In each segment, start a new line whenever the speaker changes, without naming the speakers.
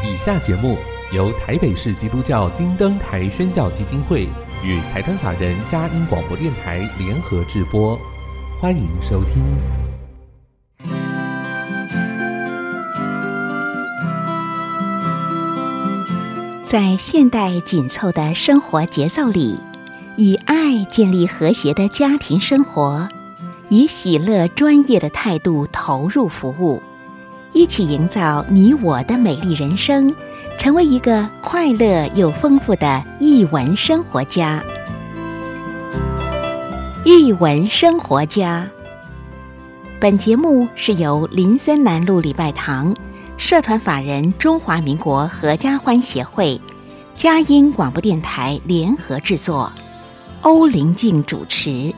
以下节目由台北市基督教金灯台宣教基金会与财团法人佳音广播电台联合制播，欢迎收听。
在现代紧凑的生活节奏里，以爱建立和谐的家庭生活，以喜乐专业的态度投入服务，一起营造你我的美丽人生，成为一个快乐又丰富的艺文生活家。艺文生活家，本节目是由林森南路礼拜堂社团法人中华民国合家欢协会、佳音广播电台联合制作，欧灵静主持。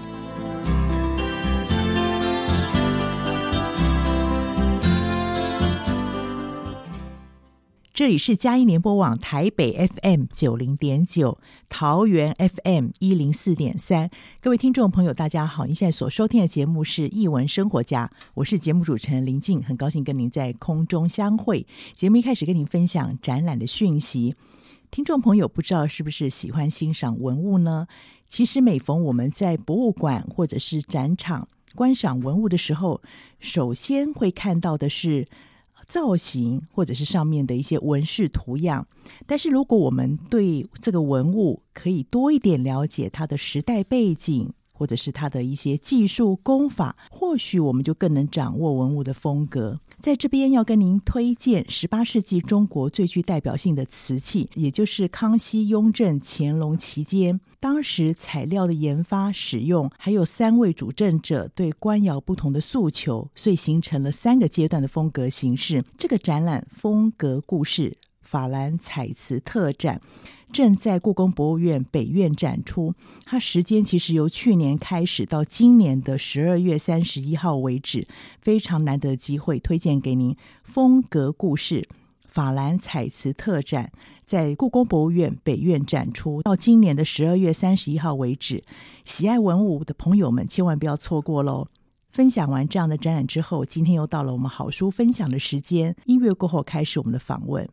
这里是佳音联播网台北 FM 90.9，桃园 FM 104.3。各位听众朋友大家好，您现在所收听的节目是艺文生活家，我是节目主持人林静，很高兴跟您在空中相会。节目一开始跟您分享展览的讯息，听众朋友不知道是不是喜欢欣赏文物呢？其实每逢我们在博物馆或者是展场观赏文物的时候，首先会看到的是造型或者是上面的一些纹饰图样，但是如果我们对这个文物可以多一点了解它的时代背景，或者是它的一些技术工法，或许我们就更能掌握文物的风格。在这边要跟您推荐18世纪中国最具代表性的瓷器，也就是康熙、雍正、乾隆期间当时材料的研发使用，还有3位主政者对官窑不同的诉求，所以形成了3个阶段的风格形式。这个展览风格故事法兰彩瓷特展正在故宫博物院北院展出，它时间其实由去年开始到今年的12月31号为止，非常难得的机会，推荐给您。风格故事法兰彩瓷特展在故宫博物院北院展出，到今年的12月31号为止，喜爱文物的朋友们千万不要错过咯。分享完这样的展览之后，今天又到了我们好书分享的时间，音乐过后开始我们的访问。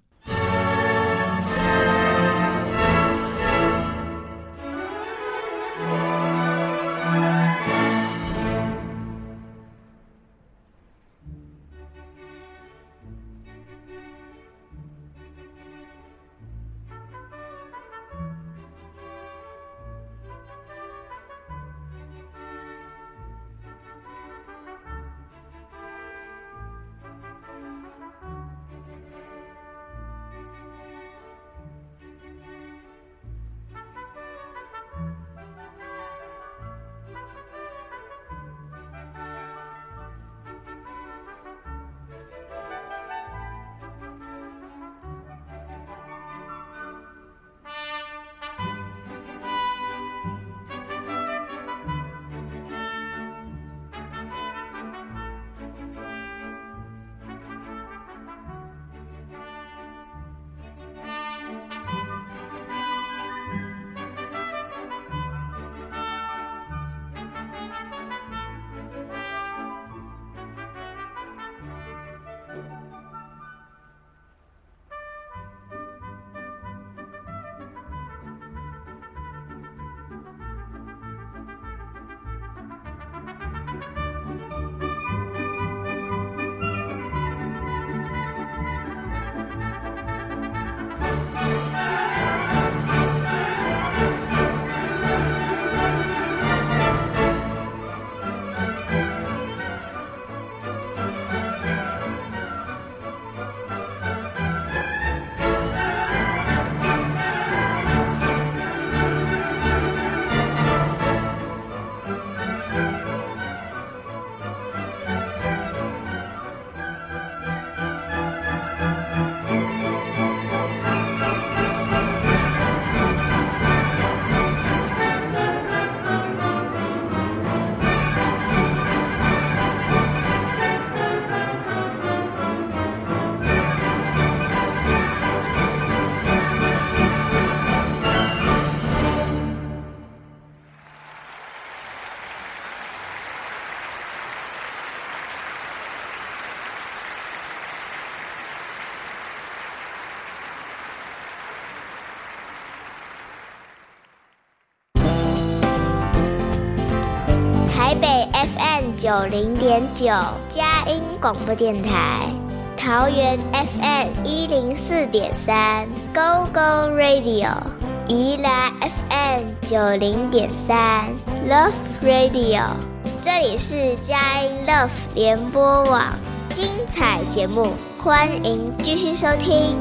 北 FM90.9 佳音广播电台，桃园 FM104.3 Go Go Radio， 宜兰 FM90.3 Love Radio。这里是佳音 Love 联播网，精彩节目，欢迎继续收听。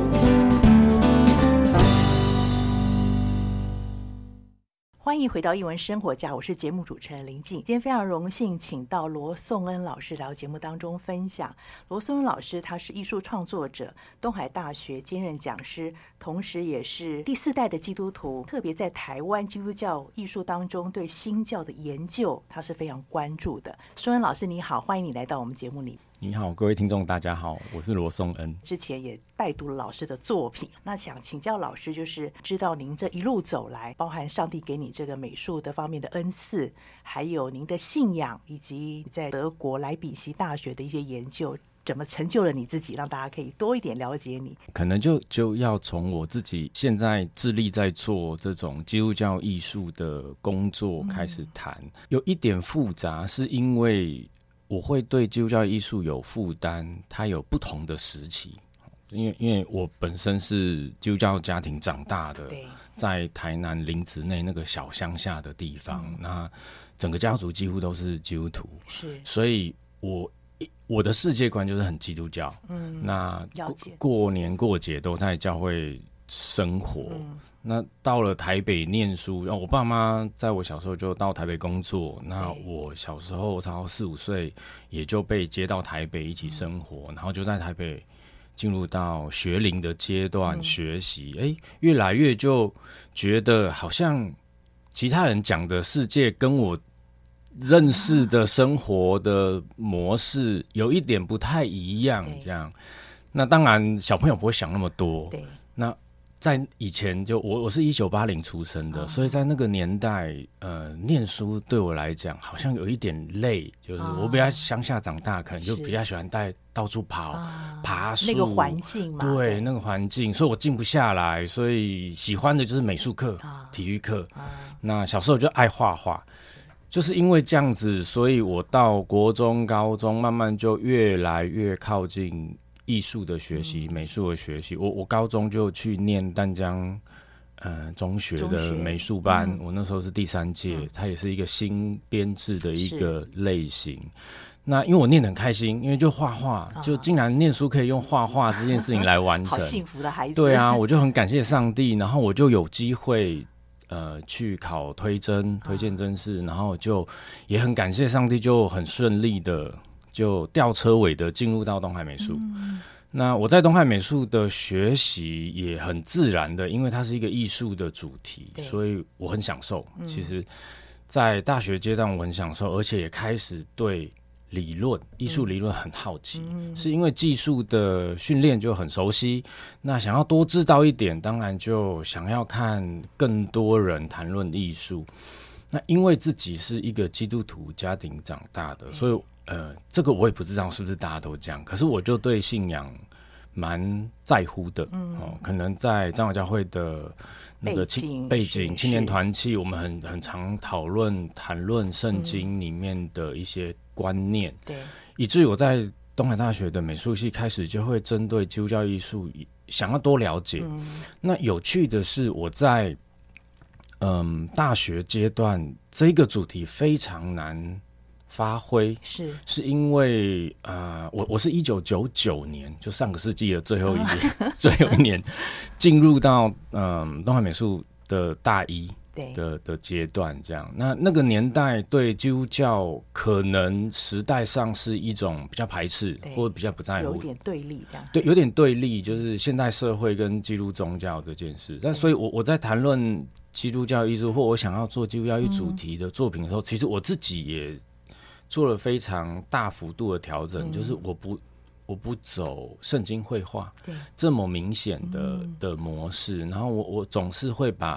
欢迎回到艺文生活家，我是节目主持人林静。今天非常荣幸请到罗颂恩老师来到节目当中分享。罗颂恩老师他是艺术创作者，东海大学兼任讲师，同时也是第4代的基督徒，特别在台湾基督教艺术当中对新教的研究他是非常关注的。颂恩老师你好，欢迎你来到我们节目里。
你好，各位听众大家好，我是罗颂恩。
之前也拜读了老师的作品，那想请教老师，就是知道您这一路走来，包含上帝给你这个美术的方面的恩赐，还有您的信仰，以及在德国莱比锡大学的一些研究，怎么成就了你自己，让大家可以多一点了解你。
可能就要从我自己现在致力在做这种基督教艺术的工作开始谈。有一点复杂，是因为我会对基督教艺术有负担，它有不同的时期。因为我本身是基督教家庭长大的，在台南林子内那个小乡下的地方，那整个家族几乎都是基督徒，所以我的世界观就是很基督教。那过年过节都在教会生活。那到了台北念书，我爸妈在我小时候就到台北工作，那我小时候差不多4、5岁也就被接到台北一起生活，然后就在台北进入到学龄的阶段学习。越来越就觉得好像其他人讲的世界跟我认识的生活的模式有一点不太一样，这样。那当然小朋友不会想那么多。那在以前就我是1980出生的，所以在那个年代，念书对我来讲好像有一点累，就是我比较乡下长大，可能就比较喜欢到处跑、爬树，
那个环境嘛，
对那个环境，所以我静不下来，所以喜欢的就是美术课、体育课。那小时候就爱画画。就是因为这样子，所以我到国中、高中，慢慢就越来越靠近艺术的学习、美术的学习。我高中就去念淡江中学的美术班，我那时候是第3届，它也是一个新编制的一个类型。那因为我念得很开心，因为就画画，就竟然念书可以用画画这件事情来完成，
好幸福的孩子。
对啊，我就很感谢上帝，然后我就有机会去考推荐甄试，然后就也很感谢上帝，就很顺利的就吊车尾的进入到东海美术。那我在东海美术的学习也很自然的，因为它是一个艺术的主题，所以我很享受。其实在大学阶段我很享受，而且也开始对艺术理论很好奇，是因为技术的训练就很熟悉，那想要多知道一点，当然就想要看更多人谈论艺术。那因为自己是一个基督徒家庭长大的，所以这个我也不知道是不是大家都这样，可是我就对信仰蛮在乎的。可能在长老教会的那个背景青年团契，我们很常谈论圣经里面的一些观念，以至于我在东海大学的美术系开始就会针对基督教艺术想要多了解。那有趣的是，我在大学阶段这个主题非常难发挥，是因为我是1999年，就上个世纪的最后一年进入到东海美术的大一的阶段，这样。那个年代对基督教可能时代上是一种比较排斥，或者比较不在乎，
有点对立这样。
对，有点对立，就是现代社会跟基督宗教这件事。但所以我在谈论基督教艺术，或我想要做基督教艺主题的作品的时候，其实我自己也做了非常大幅度的调整，就是我不走圣经绘画这么明显的模式，然后我总是会把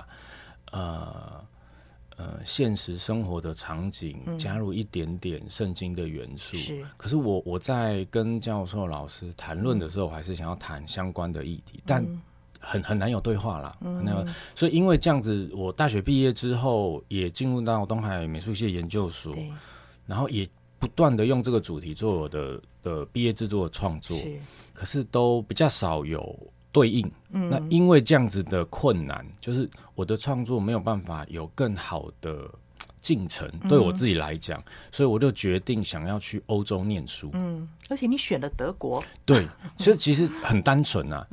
现实生活的场景加入一点点圣经的元素。可是我在跟教授老师谈论的时候，我还是想要谈相关的议题，但很难有对话啦。所以因为这样子，我大学毕业之后也进入到东海美术系研究所。 然后也不断的用这个主题做我的毕业制作的创作，可是都比较少有对应。那因为这样子的困难，就是我的创作没有办法有更好的进程，对我自己来讲，所以我就决定想要去欧洲念书。
而且你选了德国，
对，其实很单纯啊。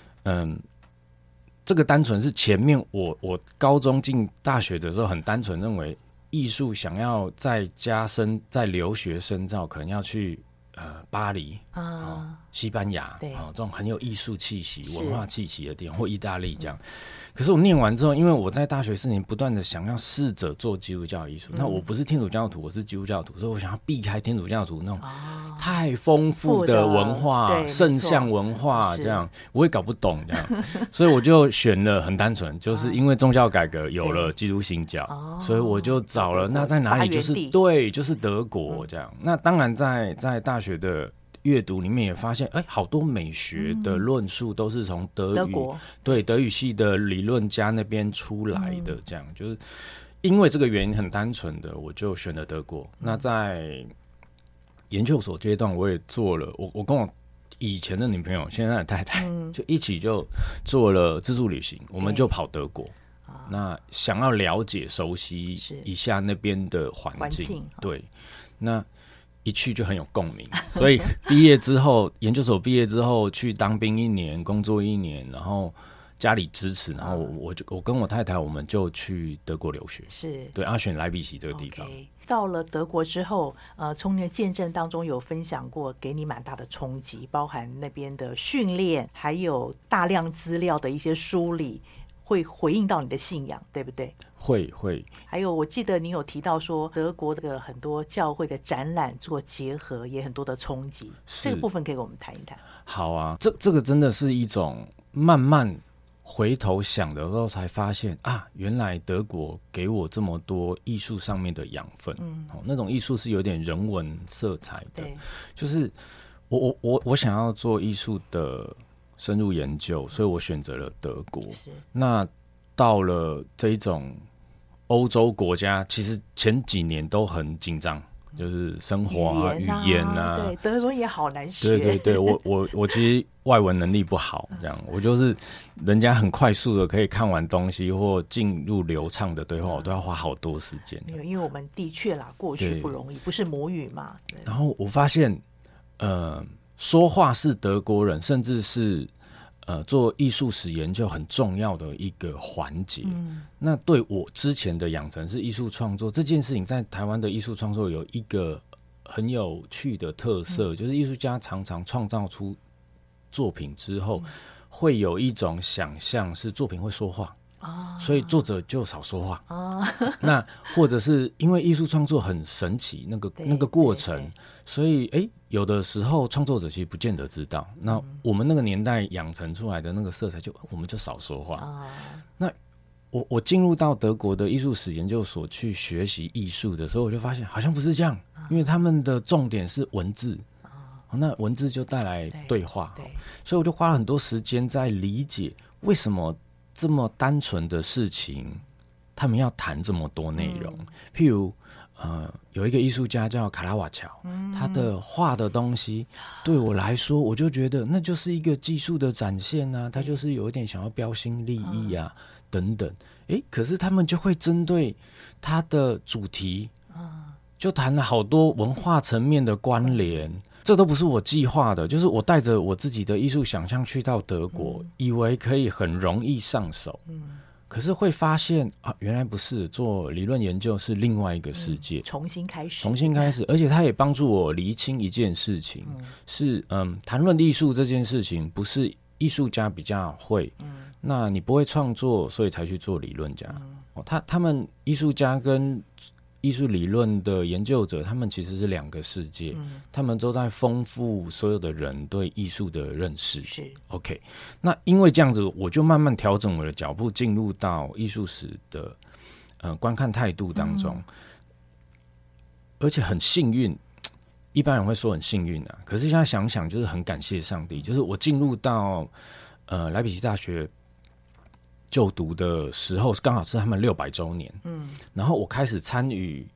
这个单纯是前面我高中进大学的时候很单纯认为艺术想要在留学深造，可能要去巴黎西班牙这种很有艺术气息、文化气息的地方，或意大利这样。可是我念完之后，因为我在大学4年不断的想要试着做基督教艺术，那我不是天主教徒，我是基督教徒，所以我想要避开天主教徒那种太丰富的文化、圣像文化这样，我也搞不懂这样，所以我就选了很单纯，就是因为宗教改革有了基督新教，所以我就找了那在哪里，就是德国这样。那当然在大学的阅读里面也发现，好多美学的论述都是从德语系的理论家那边出来的，这样就是因为这个原因很单纯的，我就选了德国。那在研究所阶段，我也做了，我跟我以前的女朋友，现在的太太，就一起就做了自助旅行，我们就跑德国。那想要了解、熟悉一下那边的环境，对，那一去就很有共鸣，所以毕业之后，研究所毕业之后去当兵1年，工作1年，然后家里支持，然后我跟我太太我们就去德国留学，对，选莱比锡这个地方。
到了德国之后，从你的见证当中有分享过，给你蛮大的冲击，包含那边的训练，还有大量资料的一些梳理。会回应到你的信仰，对不对？
会。
还有，我记得你有提到说，德国的很多教会的展览做结合，也很多的冲击。这个部分可以跟我们谈一谈。
好啊，这个真的是一种慢慢回头想的时候才发现原来德国给我这么多艺术上面的养分。那种艺术是有点人文色彩的，就是我想要做艺术的深入研究，所以我选择了德国。那到了这一种欧洲国家，其实前几年都很紧张，就是生活语言啊，
对，德文也好难学。
对，我其实外文能力不好，这样我就是人家很快速的可以看完东西或进入流畅的对话，我都要花好多时间。
因为我们的确啦，过去不容易，不是母语嘛。
然后我发现，说话是德国人，甚至是做艺术史研究很重要的一个环节。那对我之前的养成是艺术创作这件事情，在台湾的艺术创作有一个很有趣的特色，就是艺术家常常创造出作品之后，会有一种想象是作品会说话。所以作者就少说话。那或者是因为艺术创作很神奇，那个过程，所以有的时候创作者其实不见得知道。那我们那个年代养成出来的那个色彩，我们就少说话。那我进入到德国的艺术史研究所去学习艺术的时候，我就发现好像不是这样，因为他们的重点是文字。那文字就带来对话，所以我就花了很多时间在理解为什么这么单纯的事情，他们要谈这么多内容。譬如，有一个艺术家叫卡拉瓦乔，他的画的东西对我来说，我就觉得那就是一个技术的展现啊，他就是有一点想要标新立异啊，等等。可是他们就会针对他的主题，就谈了好多文化层面的关联。这都不是我计划的，就是我带着我自己的艺术想象去到德国，以为可以很容易上手，可是会发现原来不是，做理论研究是另外一个世界，
重新开始，
而且它也帮助我厘清一件事情，是谈论艺术这件事情不是艺术家比较会，那你不会创作，所以才去做理论家。他们艺术家跟艺术理论的研究者，他们其实是两个世界，他们都在丰富所有的人对艺术的认识。
是
OK， 那因为这样子，我就慢慢调整我的脚步，进入到艺术史的观看态度当中，而且很幸运。一般人会说很幸运啊，可是现在想想，就是很感谢上帝，就是我进入到莱比锡大学就读的时候，刚好是他们600周年，然后我开始参与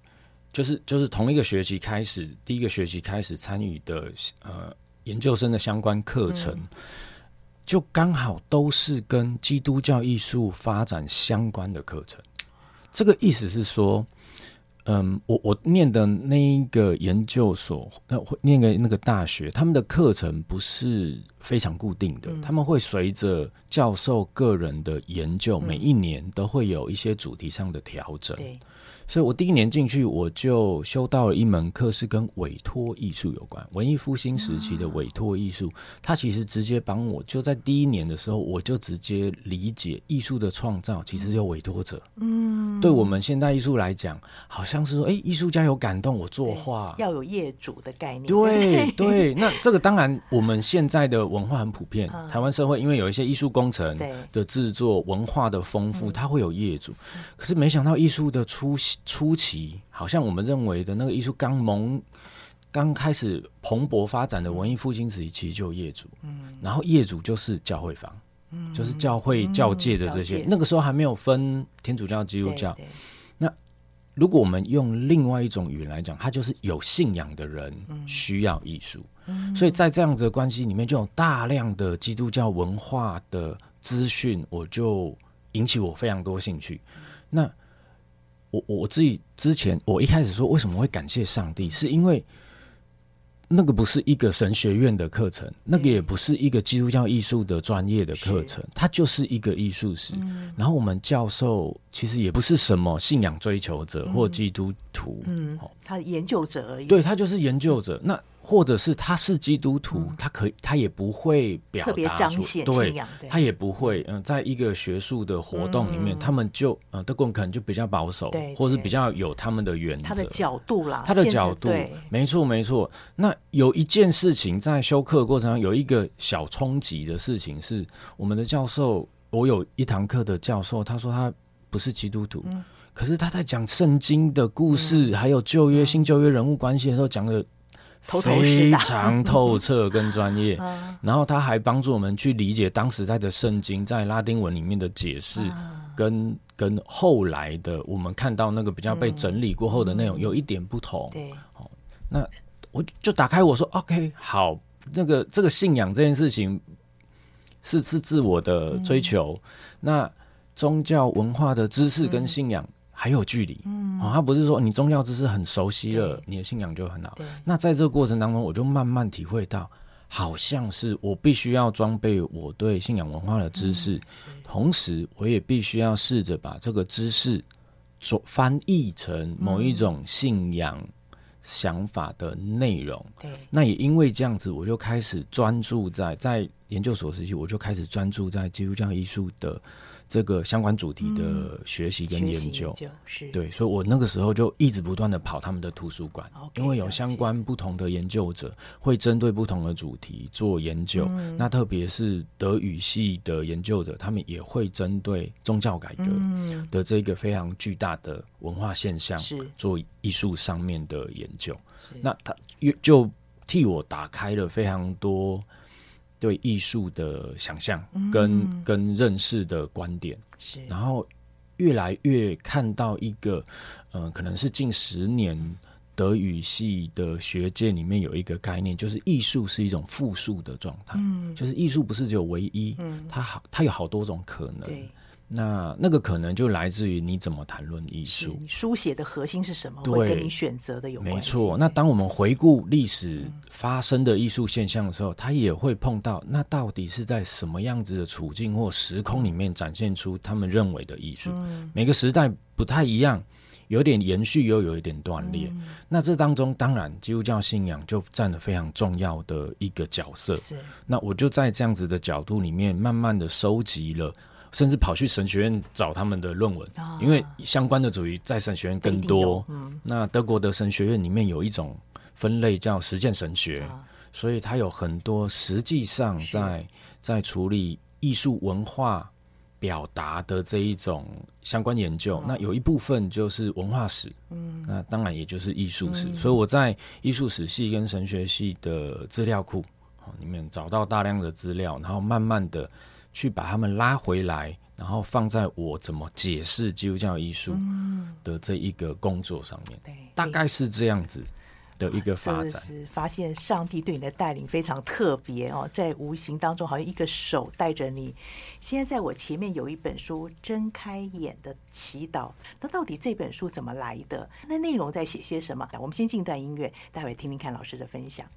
就是同一个学期开始，第一个学期开始参与的研究生的相关课程，就刚好都是跟基督教艺术发展相关的课程。这个意思是说，我念的那一个研究所，念的那个大学，他们的课程不是非常固定的，他们会随着教授个人的研究，每一年都会有一些主题上的调整。对，所以我第一年进去，我就修到了一门课是跟委托艺术有关，文艺复兴时期的委托艺术，它其实直接帮我就在第一年的时候，我就直接理解艺术的创造其实有委托者。对我们现代艺术来讲，好像是说，艺术家有感动，我作画
要有业主的概念。
对，那这个当然我们现在的文化很普遍，台湾社会因为有一些艺术工程的制作，文化的丰富，它会有业主。可是没想到艺术的初期，好像我们认为的那个艺术刚开始蓬勃发展的文艺复兴时期，其实就有业主，然后业主就是教会方，就是教会教界的这些，那个时候还没有分天主教、基督教。那如果我们用另外一种语言来讲，它就是有信仰的人需要艺术，所以在这样子的关系里面，就有大量的基督教文化的资讯，我就引起我非常多兴趣。那我自己之前，我一开始说为什么会感谢上帝，是因为那个不是一个神学院的课程，那个也不是一个基督教艺术的专业的课程，它就是一个艺术史。然后我们教授其实也不是什么信仰追求者或基督徒，
他研究者而已。
对，他就是研究者。那或者是他是基督徒，他也不会表达出，特别
彰显信仰，
对，他也不会在一个学术的活动里面，他们就德国人可能就比较保守，或是比较有他们的原则，
他的角度啦，
他的角度，没错。那有一件事情在修课过程中有一个小冲击的事情是，我们的教授，我有一堂课的教授，他说他不是基督徒，可是他在讲圣经的故事，还有旧约、新旧约人物关系的时候，讲的非常透彻跟专业，然后他还帮助我们去理解当时代的圣经在拉丁文里面的解释，跟后来的我们看到那个比较被整理过后的内容有一点不同。对，那我就打开我说 OK 好，这个信仰这件事情是自我的追求，那宗教文化的知识跟信仰还有距离，他不是说你宗教知识很熟悉了，你的信仰就很好。那在这个过程当中，我就慢慢体会到，好像是我必须要装备我对信仰文化的知识，同时我也必须要试着把这个知识翻译成某一种信仰想法的内容。那也因为这样子，我就开始专注在研究所时期，我就开始专注在基督教艺术的这个相关主题的学习跟研究。对，所以我那个时候就一直不断的跑他们的图书馆，因为有相关不同的研究者会针对不同的主题做研究，那特别是德语系的研究者，他们也会针对宗教改革的这个非常巨大的文化现象做艺术上面的研究。那他就替我打开了非常多对艺术的想象跟认识的观点，然后越来越看到一个可能是近10年德语系的学界里面有一个概念，就是艺术是一种复数的状态，就是艺术不是只有唯一，它有好多种可能。那个可能就来自于你怎么谈论艺术，
你书写的核心是什么，会跟你选择的有关系。
没错。那当我们回顾历史发生的艺术现象的时候，它也会碰到那到底是在什么样子的处境或时空里面展现出他们认为的艺术。每个时代不太一样，有点延续又有一点断裂。那这当中当然基督教信仰就占了非常重要的一个角色。那我就在这样子的角度里面慢慢的收集了，甚至跑去神学院找他们的论文，因为相关的主题在神学院更多。那德国的神学院里面有一种分类叫实践神学，所以它有很多实际上在处理艺术文化表达的这一种相关研究。那有一部分就是文化史，那当然也就是艺术史。所以我在艺术史系跟神学系的资料库里面找到大量的资料，然后慢慢的去把他们拉回来，然后放在我怎么解释基督教艺术的这一个工作上面，大概是这样子的一个发展。
是发现上帝对你的带领非常特别哦，在无形当中好像一个手带着你。现在在我前面有一本书《睁开眼的祈祷》，那到底这本书怎么来的？那内容在写些什么？我们先进段音乐，待会听听看老师的分享。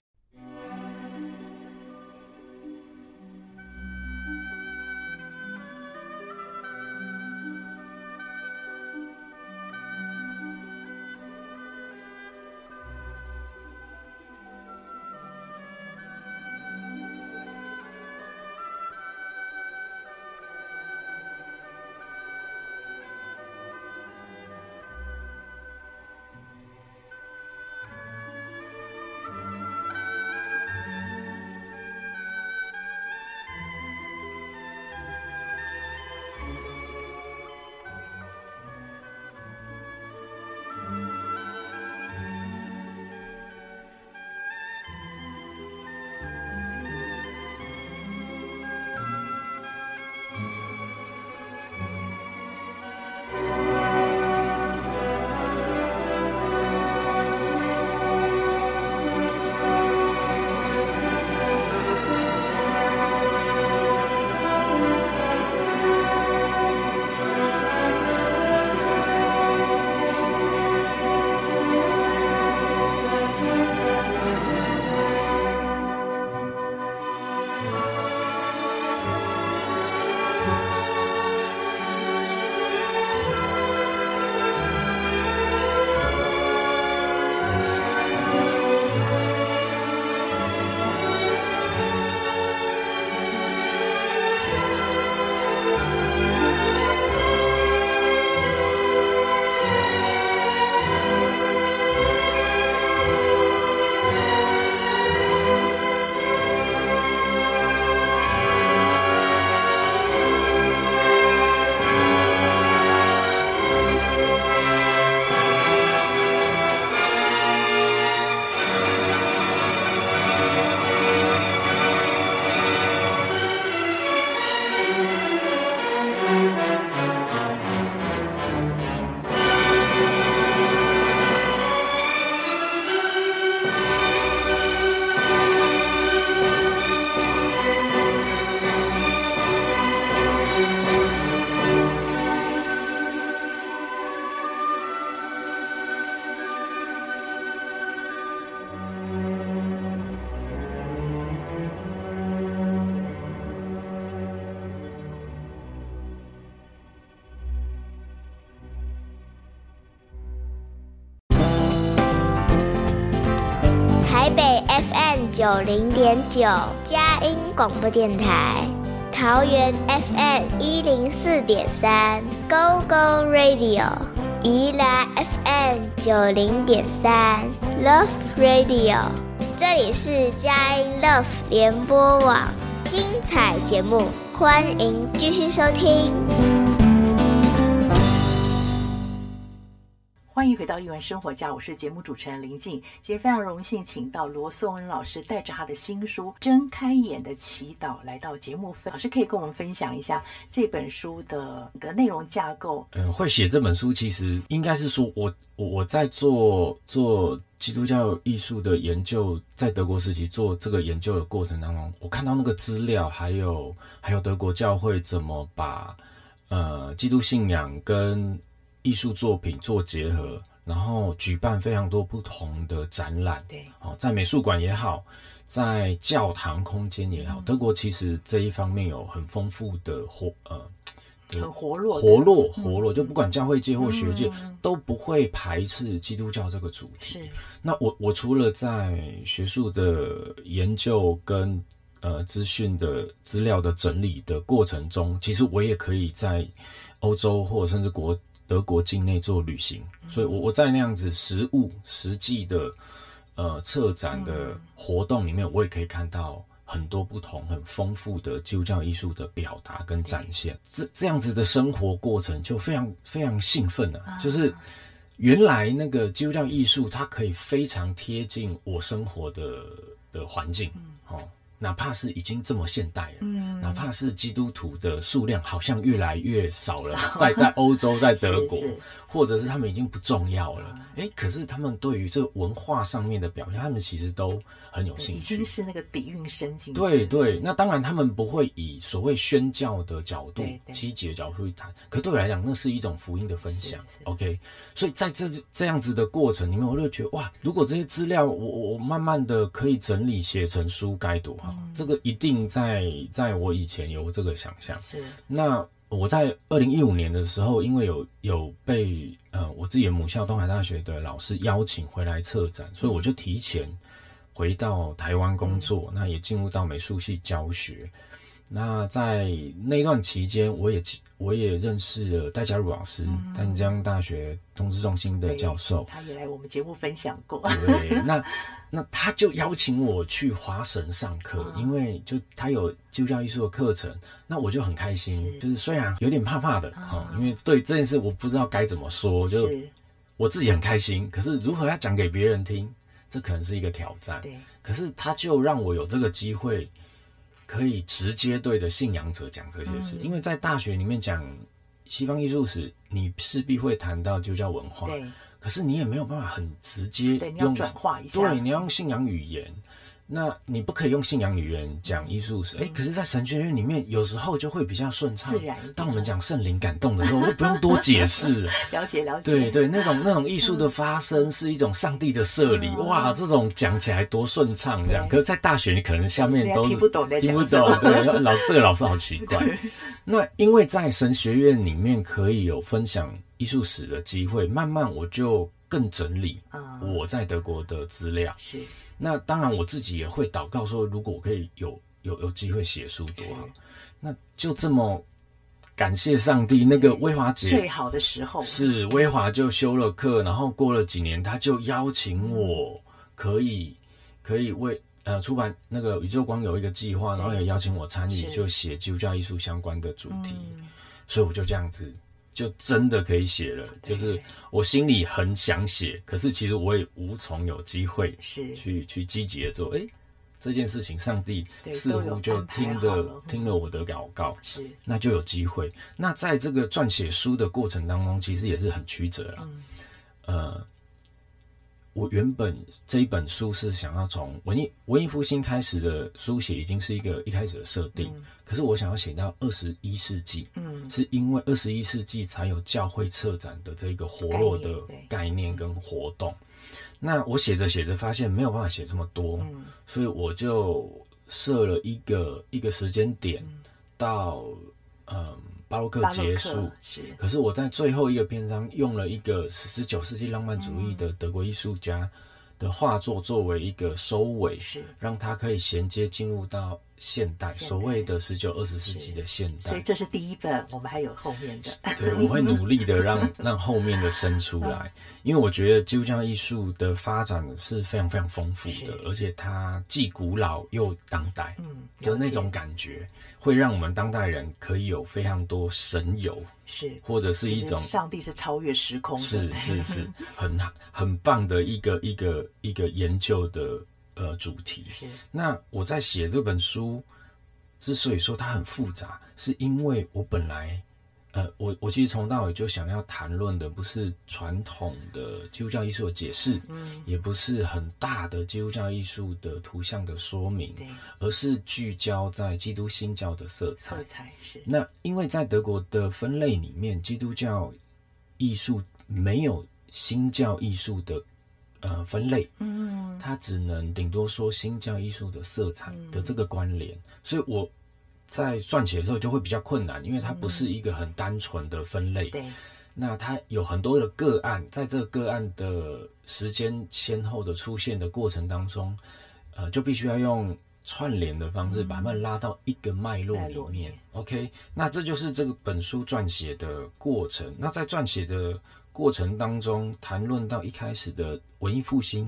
台北 FM 90.9佳音广播电台，桃园 FM 104.3 Go Go Radio， 宜兰 FM 90.3 Love Radio， 这里是佳音 Love 联播网，精彩节目，欢迎继续收听。
欢迎回到艺文生活家，我是节目主持人林静。今天非常荣幸请到罗颂恩老师带着他的新书《睁开眼的祈祷》来到节目。老师可以跟我们分享一下这本书的内容架构。
会写这本书其实应该是说我在做基督教艺术的研究，在德国时期做这个研究的过程当中，我看到那个资料，还有德国教会怎么把基督信仰跟艺术作品做结合，然后举办非常多不同的展览。
对，
在美术馆也好，在教堂空间也好，德国其实这一方面有很丰富的
很活络，
就不管教会界或学界，都不会排斥基督教这个主题。
是，
那我除了在学术的研究跟资讯的资料的整理的过程中，其实我也可以在欧洲或者甚至德国境内做旅行，所以我在那样子实际的策展的活动里面，我也可以看到很多不同很丰富的基督教艺术的表达跟展现。这样子的生活过程就非常非常兴奋啊！就是原来那个基督教艺术它可以非常贴近我生活的环境，
哪怕是已经这么现代了，哪怕是基督徒的数量好像越来越少了，在欧洲，在德国，或者是他们已经不重要了，可是他们对于这个文化上面的表现，他们其实都很有兴趣，
已经是那个底蕴深进。
对对，那当然他们不会以所谓宣教的角度、积极的角度去谈，可对我来讲，那是一种福音的分享。OK， 所以在这样子的过程里面，我就觉得哇，如果这些资料我慢慢的可以整理写成书，该多好！这个一定在我以前有这个想象。是，那我在2015年的时候，因为有被我自己的母校东海大学的老师邀请回来策展，所以我就提前回到台湾工作，那也进入到美术系教学。那在那段期间，我也认识了戴嘉如老师，淡江大学通识中心的教授，
他也来我们节目分享过。
对，那他就邀请我去华神上课，因为就他有基督教艺术的课程，那我就很开心。就是虽然有点怕怕的，因为对这件事我不知道该怎么说，就我自己很开心，可是如何要讲给别人听，这可能是一个挑战。对，可是他就让我有这个机会，可以直接对着信仰者讲这些事，因为在大学里面讲西方艺术史，你势必会谈到基督教文化，对，可是你也没有办法很直接
对，你要转化一下，
对，你要用信仰语言，那你不可以用信仰语言讲艺术史，可是在神学院里面有时候就会比较顺畅，自然。当我们讲圣灵感动的时候，我就不用多解释了。
了解。
对对，那种艺术的发生是一种上帝的设立，哇，这种讲起来多顺畅这样。可是，在大学你可能下面都是
听不懂，对，
这个老师好奇怪。那因为在神学院里面可以有分享艺术史的机会，慢慢我就更整理我在德国的资料。是。那当然我自己也会祷告说，如果我可以有机会写书多好。那就这么感谢上帝，那个威华姐
最好的时候
是威华就修了课，然后过了几年，他就邀请我可以为出版那个宇宙光有一个计划，然后也邀请我参与，就写基督教艺术相关的主题，所以我就这样子。就真的可以写了，就是我心里很想写，可是其实我也无从有机会去积极的做。这件事情上帝似乎就听了我的祷告，那就有机会。那在这个撰写书的过程当中，其实也是很曲折啦。我原本这一本书是想要从文艺复兴开始的书写，已经是一开始的设定。可是我想要写到21世纪，是因为21世纪才有教会策展的这个活络的概念跟活动。那我写着写着发现没有办法写这么多，所以我就设了一个时间点到巴洛克结束，可是我在最后一个篇章用了一个19世纪浪漫主义的德国艺术家的画作作为一个收尾，让它可以衔接进入到现代，所谓的19、20世纪的现代。
所以这是第一本，我们还有后面的。
对，我会努力的让后面的生出来，因为我觉得基督教艺术的发展是非常非常丰富的，而且它既古老又当代的那种感觉，会让我们当代人可以有非常多神游，或者是一种
上帝是超越时空的，
是很棒的一个研究的主题。那我在写这本书之所以说它很复杂，是因为我本来我其实从到尾就想要谈论的不是传统的基督教艺术的解释，也不是很大的基督教艺术的图像的说明，而是聚焦在基督新教的色彩。那因为在德国的分类里面，基督教艺术没有新教艺术的分类，它只能顶多说新教艺术的色彩的这个关联，所以我在撰写的时候就会比较困难，因为它不是一个很单纯的分类。那它有很多的个案，在这个个案的时间先后的出现的过程当中，就必须要用串联的方式把它们拉到一个脉络里面。OK， 那这就是这个本书撰写的过程。那在撰写的过程当中，谈论到一开始的文艺复兴，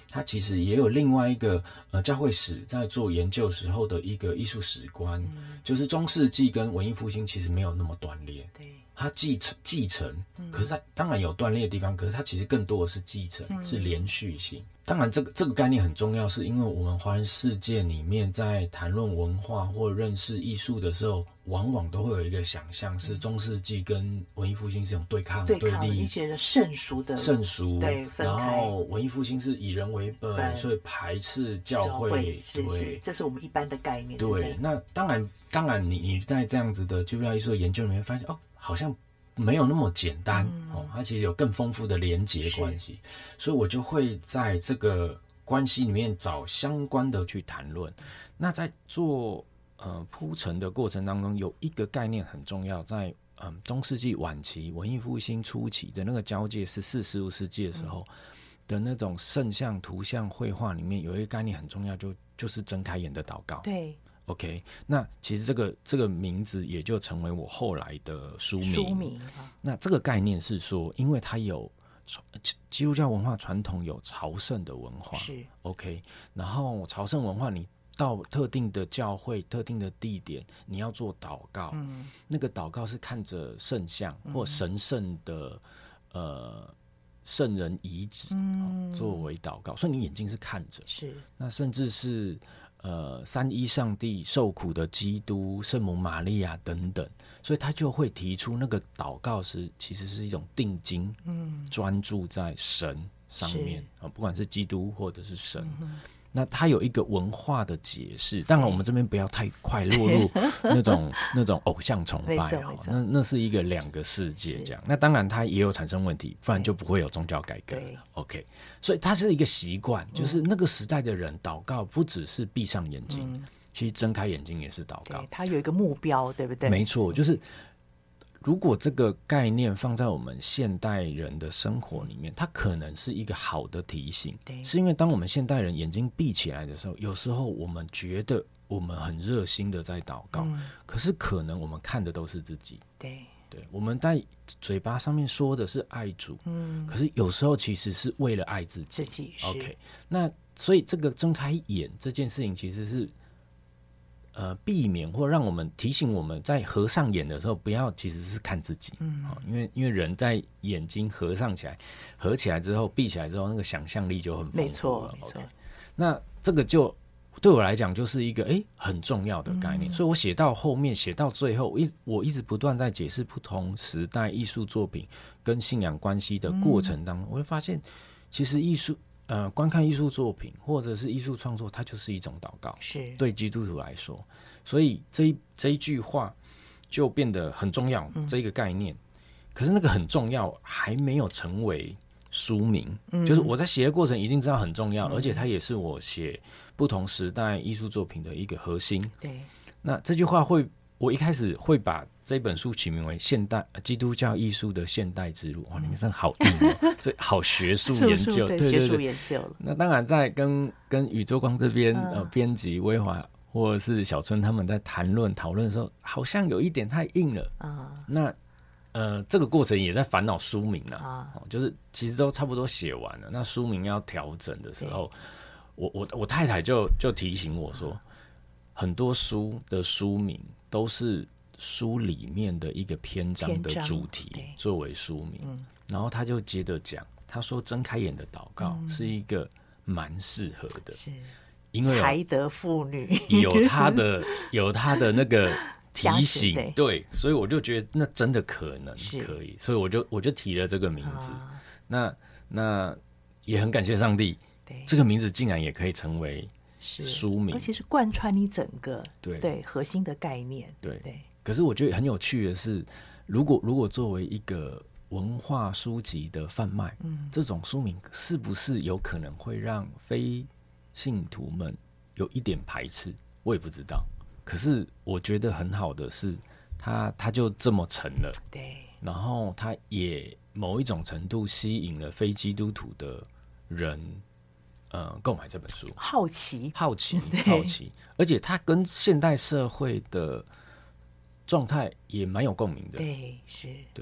它其实也有另外一个教会史在做研究时候的一个艺术史观，就是中世纪跟文艺复兴其实没有那么断裂，
对，
它继承，可是它当然有断裂的地方，可是它其实更多的是继承，是连续性。当然这个概念很重要，是因为我们华人世界里面在谈论文化或认识艺术的时候，往往都会有一个想象是中世纪跟文艺复兴是种对抗对立，
一些圣俗对分开，
然后文艺复兴是以人为本，所以排斥教会，
是，这是我们一般的概念。
对，那当然你在这样子的基督教艺术的研究里面发现，好像没有那么简单，它其实有更丰富的连结关系，所以我就会在这个关系里面找相关的去谈论。那在做铺陈的过程当中，有一个概念很重要，在中世纪晚期、文艺复兴初期的那个交界14、15世纪的时候的那种圣像、图像绘画里面，有一个概念很重要，就是睁开眼的祷告。
对。
OK， 那其实这个名字也就成为我后来的书名。那这个概念是说，因为它有基督教文化传统有朝圣的文化，是 OK， 然后朝圣文化你到特定的教会、特定的地点，你要做祷告，那个祷告是看着圣像或神圣的圣人遗址作为祷告，所以你眼睛是看着，是那甚至是。三一上帝受苦的基督、圣母玛利亚等等，所以他就会提出那个祷告其实是一种定睛，专注在神上面不管是基督或者是神。那它有一个文化的解释，当然我们这边不要太快落入那种偶像崇拜那是一个两个世界这样。那当然它也有产生问题，不然就不会有宗教改革了。OK， 所以它是一个习惯，就是那个时代的人祷告不只是闭上眼睛，其实睁开眼睛也是祷告。
它有一个目标，对不对？
没错，就是如果这个概念放在我们现代人的生活里面，它可能是一个好的提醒，是因为当我们现代人眼睛闭起来的时候，有时候我们觉得我们很热心的在祷告，可是可能我们看的都是自己。对，我们在嘴巴上面说的是爱主，可是有时候其实是为了爱自己。OK， 那所以这个睁开眼这件事情其实是避免或让我们提醒我们在合上眼的时候不要其实是看自己，因为人在眼睛合起来之后闭起来之后，那个想象力就很丰富了。没错。Okay， 那这个就对我来讲就是一个很重要的概念，所以我写到后面写到最后，我一直不断在解释不同时代艺术作品跟信仰关系的过程当中，我会发现其实观看艺术作品或者是艺术创作，它就是一种祷告，是对基督徒来说，所以这一句话就变得很重要，这一个概念。可是那个很重要还没有成为书名，就是我在写的过程已经知道很重要，而且它也是我写不同时代艺术作品的一个核心。对，那这句话我一开始会把这本书取名为基督教艺术的现代之路。哇，你们真的好硬所以好学术研究，对，学术研究了。那当然在跟宇宙光这边编辑威华或者是小春他们在讨论的时候，好像有一点太硬了那这个过程也在烦恼书名就是其实都差不多写完了，那书名要调整的时候，我太太就提醒我说，很多书的书名都是书里面的一个篇章的主题作为书名，然后他就接着讲，他说睁开眼的祷告是一个蛮适合的，是因为
才德妇女
有他的那个提醒，对，所以我就觉得那真的可能可以，所以我就提了这个名字。那也很感谢上帝，这个名字竟然也可以成为书名，
而且是贯穿你整个对核心的概念。对，
可是我觉得很有趣的是，如果作为一个文化书籍的贩卖，这种书名是不是有可能会让非信徒们有一点排斥？我也不知道。可是我觉得很好的是，他就这么成了，对，然后他也某一种程度吸引了非基督徒的人。购买这本书，
好奇，
而且它跟现代社会的状态也蛮有共鸣的。
对，是，
对，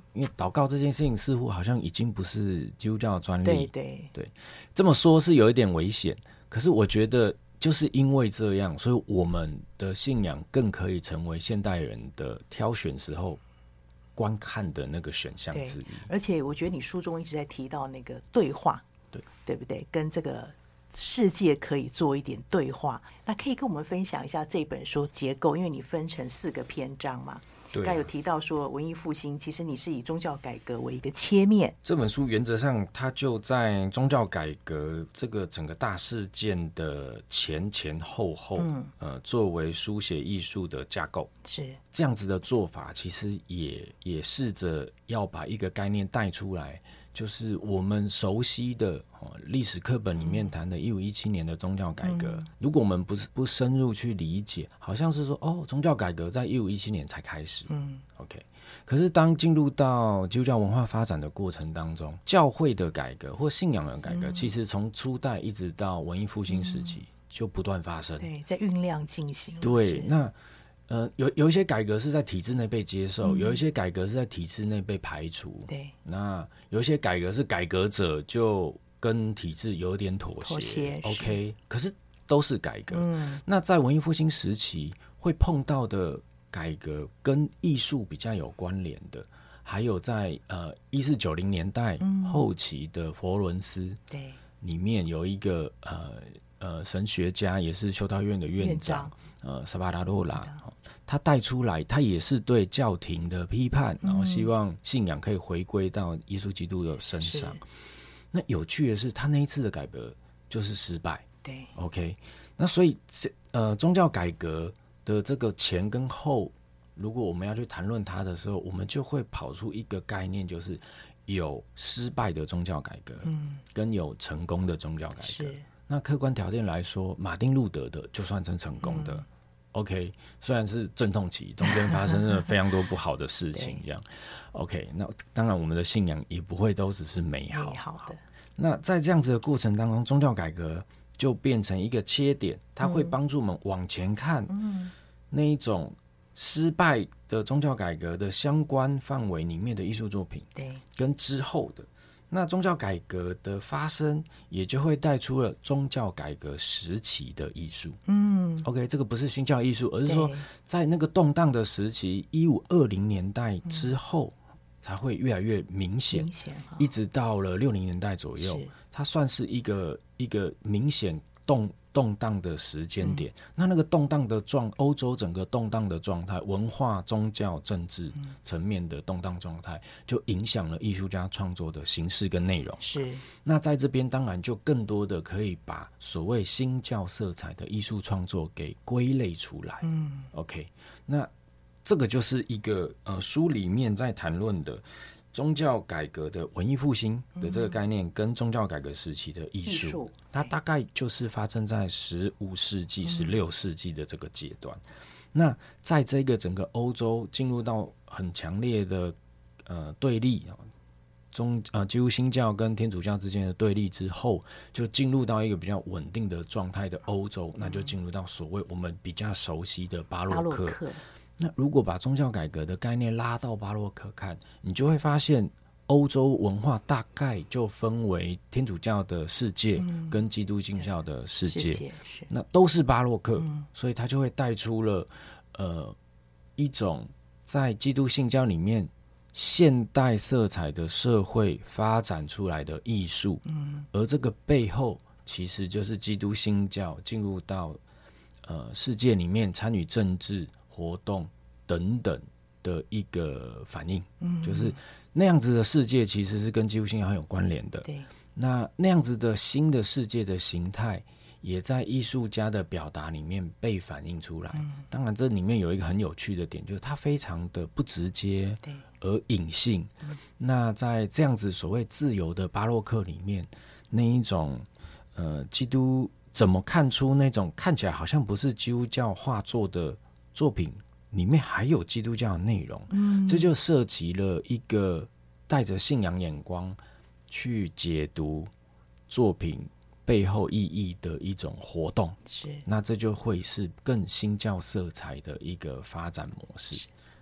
因为祷告这件事情似乎好像已经不是基督教的专利，
对，
这么说是有一点危险。可是我觉得就是因为这样，所以我们的信仰更可以成为现代人的挑选时候观看的那个选项之一。
而且我觉得你书中一直在提到那个对话，对不对？跟这个世界可以做一点对话。那可以跟我们分享一下这本书结构，因为你分成4个篇章嘛。刚才有提到说文艺复兴，其实你是以宗教改革为一个切面。
这本书原则上它就在宗教改革这个整个大事件的前后，作为书写艺术的架构。
是
这样子的做法，其实也试着要把一个概念带出来，就是我们熟悉的历史课本里面谈的1517年的宗教改革。如果我们不深入去理解，好像是说宗教改革在1517年才开始。OK。可是当进入到基督教文化发展的过程当中，教会的改革或信仰的改革，其实从初代一直到文艺复兴时期就不断发生。
对，在酝酿进行。
对，那有一些改革是在体制内被接受，有一些改革是在体制内被排除。
对，
那有一些改革是改革者就跟体制有点妥协。OK， 可是都是改革。那在文艺复兴时期会碰到的改革跟艺术比较有关联的，还有在1490年代后期的佛罗伦斯，
对，
里面有一个神学家，也是修道院的院长萨巴达洛拉，他带出来，他也是对教廷的批判，然后希望信仰可以回归到耶稣基督的身上。那有趣的是，他那一次的改革就是失败。
对
，OK， 那所以宗教改革的这个前跟后，如果我们要去谈论它的时候，我们就会跑出一个概念，就是有失败的宗教改革，跟有成功的宗教改革。那客观条件来说，马丁路德的就算成功的。OK， 虽然是阵痛期，中间发生了非常多不好的事情，这样。OK， 那当然我们的信仰也不会都只是美好的。那在这样子的过程当中，宗教改革就变成一个切点，它会帮助我们往前看，那一种失败的宗教改革的相关范围里面的艺术作品，
对，
跟之后的。那宗教改革的发生，也就会带出了宗教改革时期的艺术。OK， 这个不是新教艺术，而是说在那个动荡的时期，1520年代之后，才会越来越明显，一直到了60年代左右，它算是一个明显动荡的时间点。那个动荡的欧洲整个动荡的状态，文化、宗教、政治层面的动荡状态，就影响了艺术家创作的形式跟内容。
是。那
在这边当然就更多的可以把所谓新教色彩的艺术创作给归类出来。OK， 那这个就是一个书里面在谈论的宗教改革的文艺复兴的这个概念，跟宗教改革时期的艺术，它大概就是发生在15世纪、16世纪的这个阶段。那在这个整个欧洲进入到很强烈的对立，基督新教跟天主教之间的对立之后，就进入到一个比较稳定的状态的欧洲，那就进入到所谓我们比较熟悉的巴洛克。那如果把宗教改革的概念拉到巴洛克看，你就会发现欧洲文化大概就分为天主教的世界跟基督新教的世界，那都是巴洛克，所以它就会带出了一种在基督新教里面现代色彩的社会发展出来的艺术，而这个背后其实就是基督新教进入到世界里面参与政治活动等等的一个反应，就是那样子的世界其实是跟基督信仰很有关联的。对，那样子的新的世界的形态，也在艺术家的表达里面被反映出来。当然，这里面有一个很有趣的点，就是它非常的不直接，而隐性。那在这样子所谓自由的巴洛克里面，那一种基督怎么看出那种看起来好像不是基督教画作的作品里面还有基督教的内容，这就涉及了一个带着信仰眼光去解读作品背后意义的一种活动。是，那这就会是更新教色彩的一个发展模式。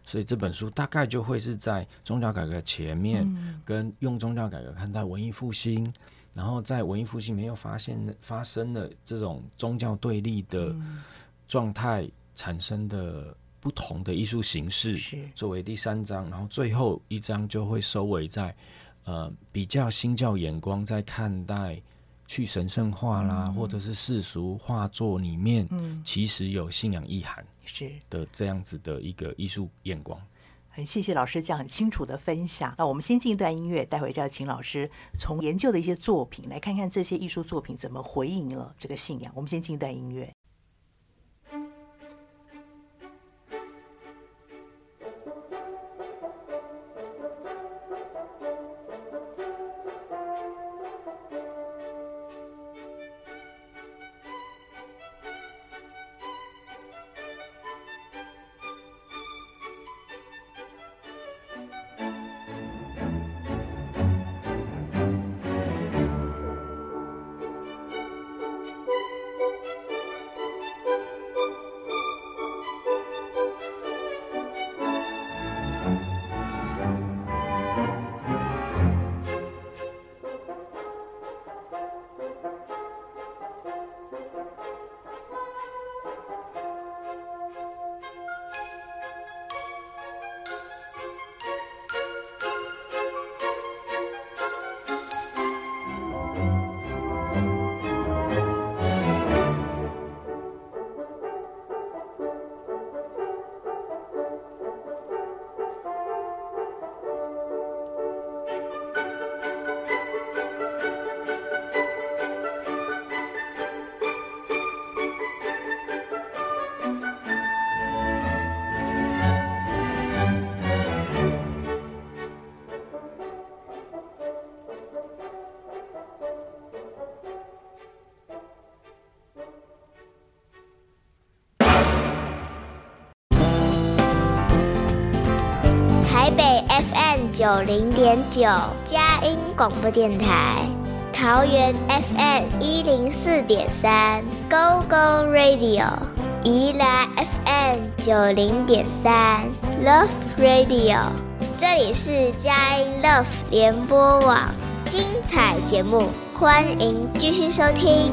所以这本书大概就会是在宗教改革前面，跟用宗教改革看待文艺复兴，然后在文艺复兴没有发生了这种宗教对立的状态产生的不同的艺术形式，作为第3章，然后最后一章就会收尾在比较新教眼光在看待去神圣化啦，或者是世俗画作里面，其实有信仰意涵的这样子的一个艺术眼光。
很谢谢老师这样很清楚的分享。那我们先进一段音乐，待会就要请老师从研究的一些作品来看看这些艺术作品怎么回应了这个信仰。我们先进一段音乐。
台北 FM 90.9佳音广播电台，桃园 FM 104.3 Go Go Radio， 宜兰 FM 90.3 Love Radio。这里是佳音 Love 联播网，精彩节目，欢迎继续收听。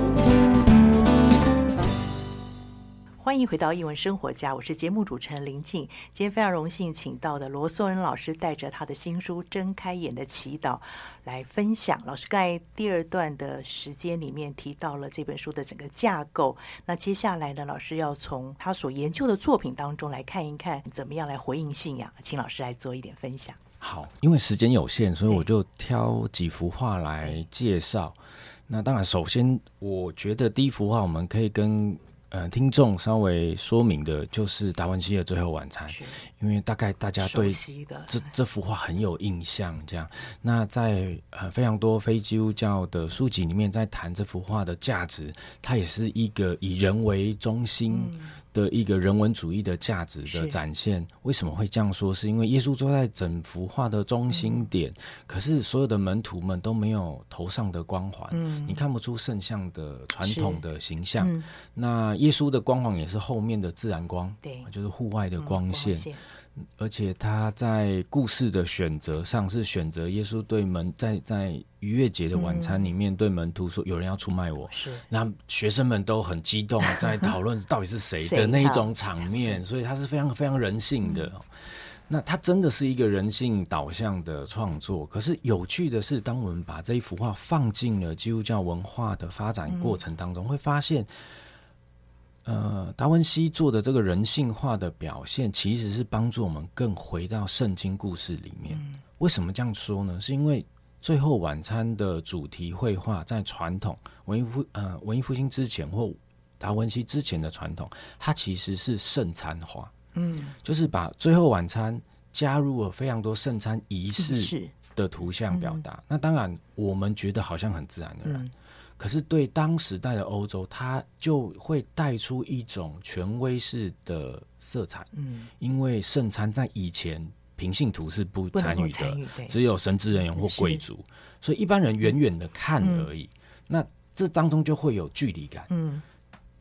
欢迎回到艺文生活家，我是节目主持人林静。今天非常荣幸请到的罗颂恩老师带着他的新书《睁开眼的祈祷》来分享。老师刚才第2段的时间里面提到了这本书的整个架构，那接下来呢，老师要从他所研究的作品当中来看一看怎么样来回应信仰，请老师来做一点分享。
好，因为时间有限，所以我就挑几幅画来介绍。那当然首先我觉得第一幅画我们可以跟听众稍微说明的就是达文西的《最后晚餐》，因为大概大家对这幅画很有印象。这样，那在非常多非基督教的书籍里面，在谈这幅画的价值，它也是一个以人为中心的一个人文主义的价值的展现。为什么会这样说？是因为耶稣坐在整幅画的中心点，可是所有的门徒们都没有头上的光环，你看不出圣像的传统的形象。那耶稣的光环也是后面的自然光，对，就是户外的光线。而且他在故事的选择上是选择耶稣对在逾越节的晚餐里面对门徒说有人要出卖我，那学生们都很激动在讨论到底是谁的那一种场面，所以他是非常非常人性的。那它真的是一个人性导向的创作。可是有趣的是，当我们把这一幅画放进了基督教文化的发展过程当中，会发现达文西做的这个人性化的表现其实是帮助我们更回到圣经故事里面。为什么这样说呢？是因为最后晚餐的主题绘画在传统文艺复兴之前或达文西之前的传统，它其实是圣餐化，就是把最后晚餐加入了非常多圣餐仪式的图像表达。那当然我们觉得好像很自然而然，可是对当时代的欧洲，它就会带出一种权威式的色彩。因为圣餐在以前平信徒是不参与的，只有神职人员或贵族，所以一般人远远的看而已。那这当中就会有距离感。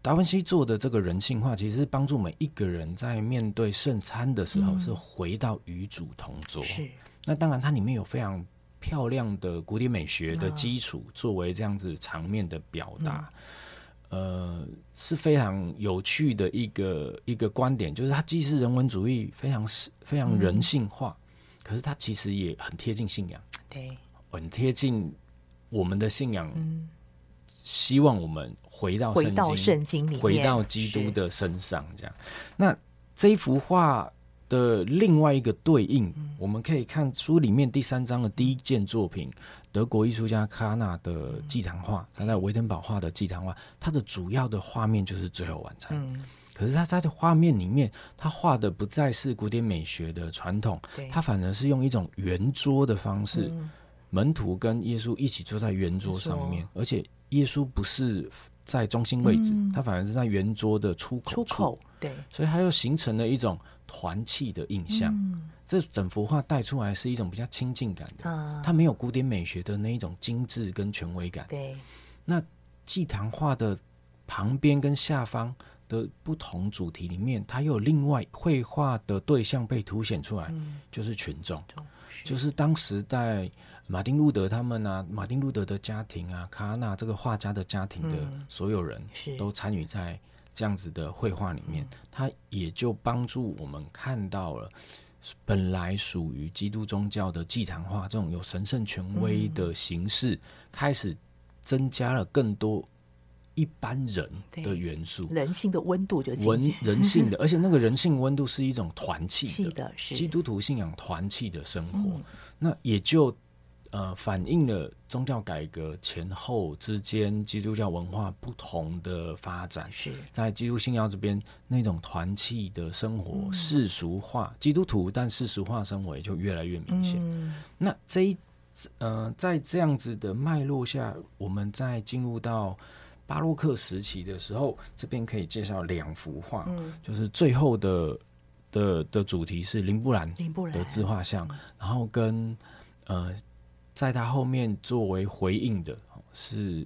达文西做的这个人性化，其实是帮助每一个人在面对圣餐的时候，是回到与主同桌。
是，
那当然它里面有非常漂亮的古典美学的基础，作为这样子场面的表达。是非常有趣的一个观点，就是它既是人文主义非常人性化，可是它其实也很贴近信仰，
对，
很贴近我们的信仰。希望我们回到圣经里面，回到基督的身上，这样。那这一幅画的另外一个对应，我们可以看书里面第3章的第一件作品，德国艺术家卡纳的祭坛画，他在维登堡画的祭坛画，它的主要的画面就是最后晚餐。可是他在画面里面，他画的不再是古典美学的传统，他反而是用一种圆桌的方式，门徒跟耶稣一起坐在圆桌上面，而且耶稣不是在中心位置，他反而是在圆桌的出口，对，所以他又形成了一种团契的印象。这整幅画带出来是一种比较亲近感的，它没有古典美学的那一种精致跟权威感。对，那祭坛画的旁边跟下方的不同主题里面，它又有另外绘画的对象被凸显出来，就是群众，就是当时代马丁路德他们啊，马丁路德的家庭啊，卡纳这个画家的家庭的所有人都参与在这样子的绘画里面，它也就帮助我们看到了本来属于基督宗教的祭坛画这种有神圣权威的形式，开始增加了更多一般人的元素，
人性的温度就进去，
人性的，而且那个人性温度是一种团契的，基督徒信仰团契的生活，那也就反映了宗教改革前后之间基督教文化不同的发展。在基督信仰这边，那种团契的生活世俗化，基督徒但世俗化生活也就越来越明显。那在这样子的脉络下，我们在进入到巴洛克时期的时候，这边可以介绍2幅画，就是最后的主题是林布兰的自画像，然后跟在他后面作为回应的是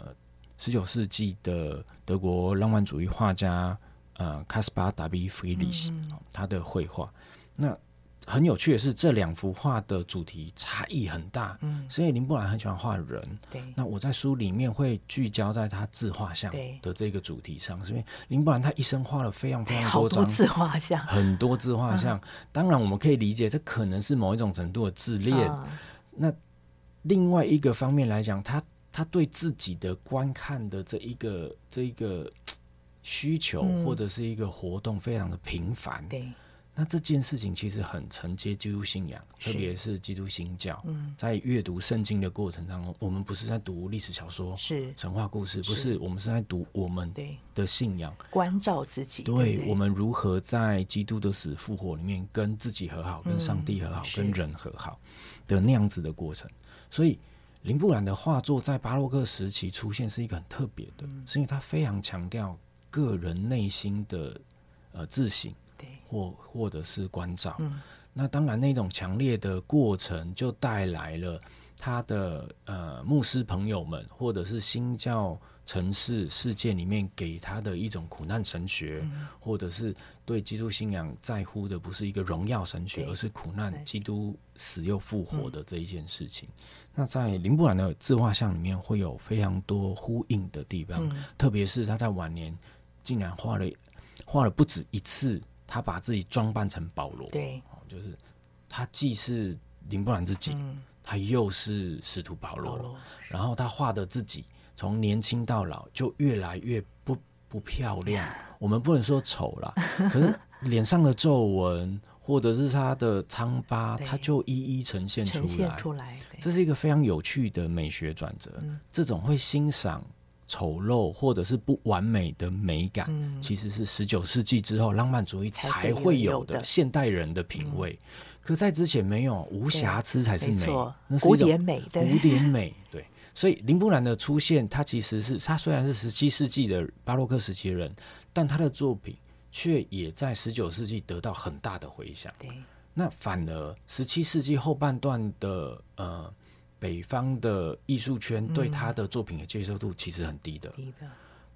19世纪的德国浪漫主义画家卡斯巴达比弗里希他的绘画。那很有趣的是，这2幅画的主题差异很大，所以林布兰很喜欢画人。那我在书里面会聚焦在他自画像的这个主题上，因为林布兰他一生画了非常非常多张
自画像，
很多自画像。当然我们可以理解，这可能是某一种程度的自恋。那另外一个方面来讲，他对自己的观看的这一个需求或者是一个活动非常的频繁。那这件事情其实很承接基督信仰，特别是基督新教。在阅读圣经的过程当中，我们不是在读历史小说、神话故事，不是，我们是在读我们的信仰，
关照自己。
对，我们如何在基督的死复活里面跟自己和好，跟上帝和好，跟人和好的那样子的过程。所以林布兰的画作在巴洛克时期出现是一个很特别的，是因为他非常强调个人内心的自省，或者是关照。那当然那种强烈的过程就带来了他的牧师朋友们或者是新教城市世界里面给他的一种苦难神学，或者是对基督信仰在乎的不是一个荣耀神学，而是苦难基督死又复活的这一件事情。那在林布兰的自画像里面会有非常多呼应的地方，特别是他在晚年竟然画了不止一次，他把自己装扮成保罗，就是他既是林布兰自己，他又是使徒保罗，然后他画的自己从年轻到老就越来越不漂亮，我们不能说丑啦，可是脸上的皱纹或者是他的疮疤，他就一一呈现出来。这是一个非常有趣的美学转折。这种会欣赏丑陋或者是不完美的美感，其实是19世纪之后浪漫主义才会有的现代人的品味。可在之前没有，无瑕疵才是美，那是一种古典美。对，所以林布兰的出现，他其实是他虽然是17世纪的巴洛克时期的人，但他的作品却也在19世纪得到很大的回响。那反而17世纪后半段的北方的艺术圈对他的作品的接受度其实很低的。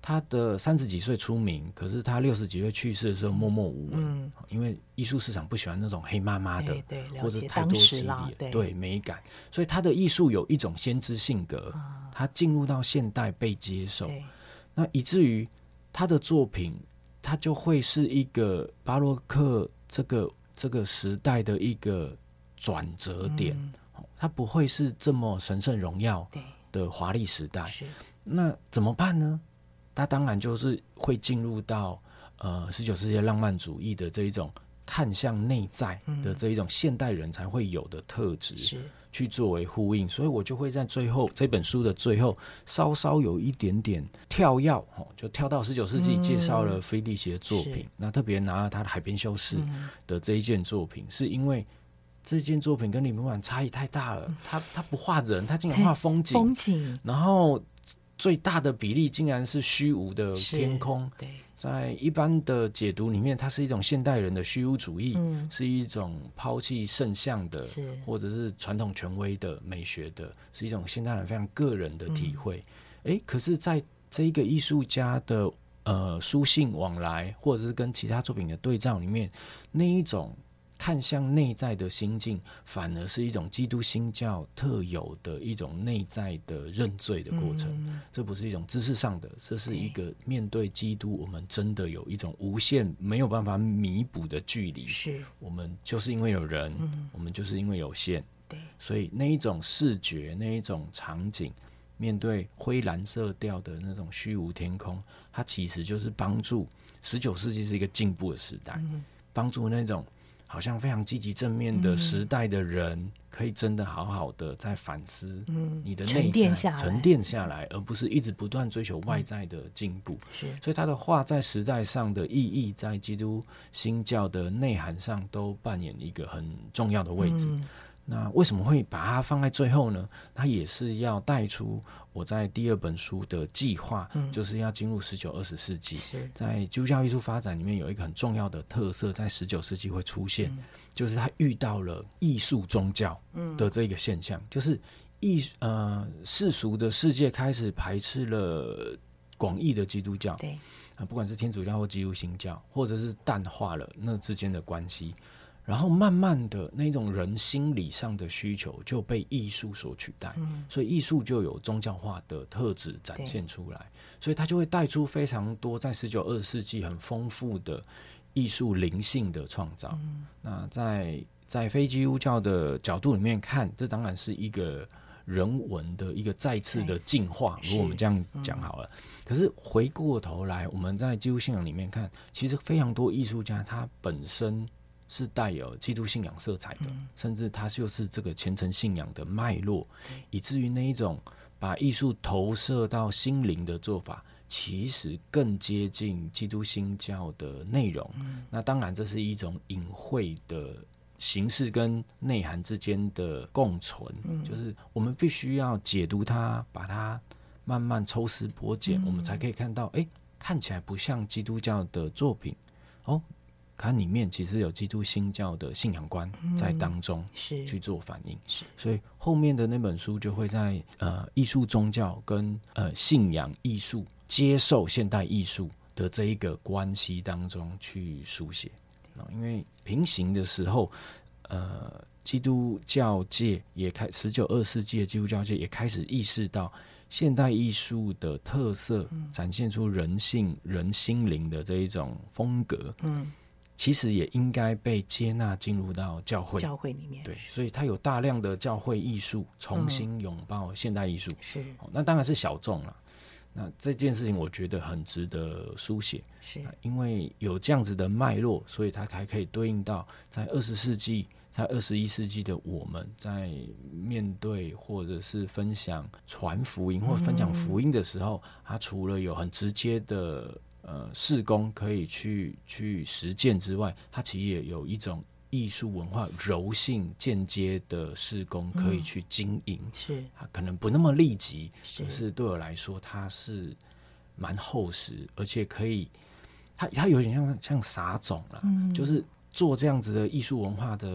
他的30几岁出名，可是他60几岁去世的时候默默无闻，因为艺术市场不喜欢那种黑麻麻的，
对，
或者太多激烈，对美感，所以他的艺术有一种先知性格，他进入到现代被接受，那以至于他的作品，他就会是一个巴洛克这个时代的一个转折点，它不会是这么神圣荣耀的华丽时代。那怎么办呢？它当然就是会进入到19世纪浪漫主义的这一种看向内在的这一种现代人才会有的特质，去作为呼应。所以我就会在最后这本书的最后稍稍有一点点跳跃，就跳到19世纪，介绍了菲利奇的作品。那特别拿了他的海边修士的这一件作品，是因为这件作品跟李明婉差异太大了，他不画人，他竟然画风景，然后最大的比例竟然是虚无的天空。在一般的解读里面，它是一种现代人的虚无主义，是一种抛弃圣像的，或者是传统权威的美学的，是一种现代人非常个人的体会。可是在这一个艺术家的书信往来，或者是跟其他作品的对照里面，那一种看向内在的心境，反而是一种基督新教特有的一种内在的认罪的过程。这不是一种知识上的，这是一个面对基督，我们真的有一种无限没有办法弥补的距离。我们就是因为有人，我们就是因为有限，所以那一种视觉，那一种场景，面对灰蓝色调的那种虚无天空，它其实就是帮助19世纪是一个进步的时代，帮助那种好像非常积极正面的时代的人，可以真的好好的在反思你的内在，沉淀下来，而不是一直不断追求外在的进步。所以他的画在时代上的意义，在基督新教的内涵上都扮演一个很重要的位置。那为什么会把它放在最后呢？它也是要带出我在第2本书的计划，就是要进入19、20世纪。在基督教艺术发展里面有一个很重要的特色，在19世纪会出现，就是它遇到了艺术宗教的这个现象，就是世俗的世界开始排斥了广义的基督教，不管是天主教或基督新教，或者是淡化了那之间的关系。然后慢慢的那种人心理上的需求就被艺术所取代，所以艺术就有宗教化的特质展现出来，所以它就会带出非常多在19、20世纪很丰富的艺术灵性的创造。那在非基督教的角度里面看，这当然是一个人文的一个再次的进化，如果我们这样讲好了。可是回过头来，我们在基督信仰里面看，其实非常多艺术家他本身是带有基督信仰色彩的，甚至它就是这个虔诚信仰的脉络，以至于那一种把艺术投射到心灵的做法，其实更接近基督新教的内容。那当然这是一种隐晦的形式跟内涵之间的共存，就是我们必须要解读它，把它慢慢抽丝剥茧，我们才可以看到看起来不像基督教的作品它里面其实有基督新教的信仰观在当中去做反应，所以后面的那本书就会在艺术宗教跟信仰艺术接受现代艺术的这一个关系当中去书写。因为平行的时候基督教界也19、20世纪的基督教界也开始意识到现代艺术的特色，展现出人性、人心灵的这一种风格，其实也应该被接纳进入到教会
里面。
对，所以它有大量的教会艺术重新拥抱现代艺术，那当然是小众了。那这件事情我觉得很值得书写，因为有这样子的脉络，所以它才可以对应到在20世纪、在21世纪的我们在面对或者是分享传福音或分享福音的时候，它除了有很直接的事工可以去实践之外，它其实也有一种艺术文化柔性间接的事工可以去经营，它可能不那么立即，可是对我来说它是蛮厚实，而且可以它有点像撒种啦，就是做这样子的艺术文化的